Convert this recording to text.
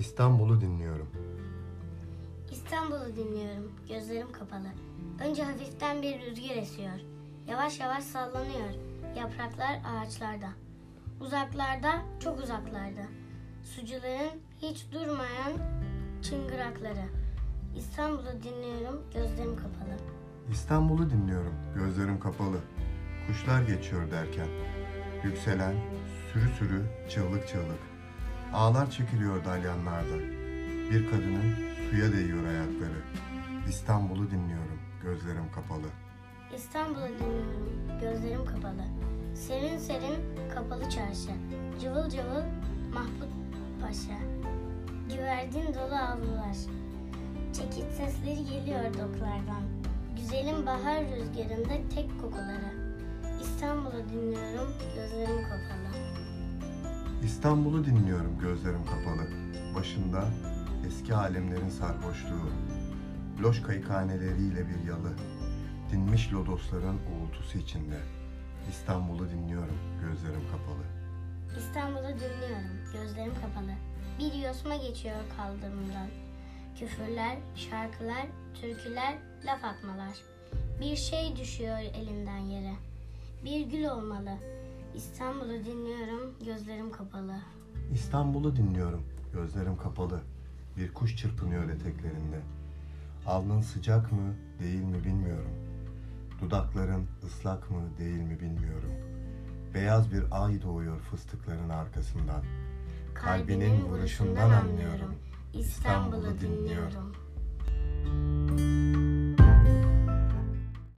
İstanbul'u dinliyorum. İstanbul'u dinliyorum, gözlerim kapalı. Önce hafiften bir rüzgar esiyor. Yavaş yavaş sallanıyor yapraklar ağaçlarda. Uzaklarda, çok uzaklarda. Sucuların hiç durmayan çıngırakları. İstanbul'u dinliyorum, gözlerim kapalı. İstanbul'u dinliyorum, gözlerim kapalı. Kuşlar geçiyor derken. Yükselen, sürü sürü, çığlık çığlık. Ağlar çekiliyor dalyanlarda. Bir kadının suya değiyor ayakları. İstanbul'u dinliyorum, gözlerim kapalı. İstanbul'u dinliyorum, gözlerim kapalı. Serin serin kapalı çarşı. Cıvıl cıvıl Mahmut Paşa. Güvercin dolu avlular. Çekiç sesleri geliyor doklardan. Güzelim bahar rüzgarında tek kokuları. İstanbul'u dinliyorum, gözlerim kapalı. İstanbul'u dinliyorum, gözlerim kapalı. Başında eski alemlerin sarhoşluğu. Loş kayıkhaneleriyle bir yalı. Dinmiş lodosların uğultusu içinde. İstanbul'u dinliyorum, gözlerim kapalı. İstanbul'u dinliyorum, gözlerim kapalı. Bir yosma geçiyor kaldırımdan. Küfürler, şarkılar, türküler, laf atmalar. Bir şey düşüyor elinden yere. Bir gül olmalı. İstanbul'u dinliyorum, gözlerim kapalı. İstanbul'u dinliyorum, gözlerim kapalı. Bir kuş çırpınıyor eteklerinde. Alnın sıcak mı, değil mi bilmiyorum. Dudakların ıslak mı, değil mi bilmiyorum. Beyaz bir ay doğuyor fıstıkların arkasından. Kalbinin vuruşundan anlıyorum. İstanbul'u dinliyorum.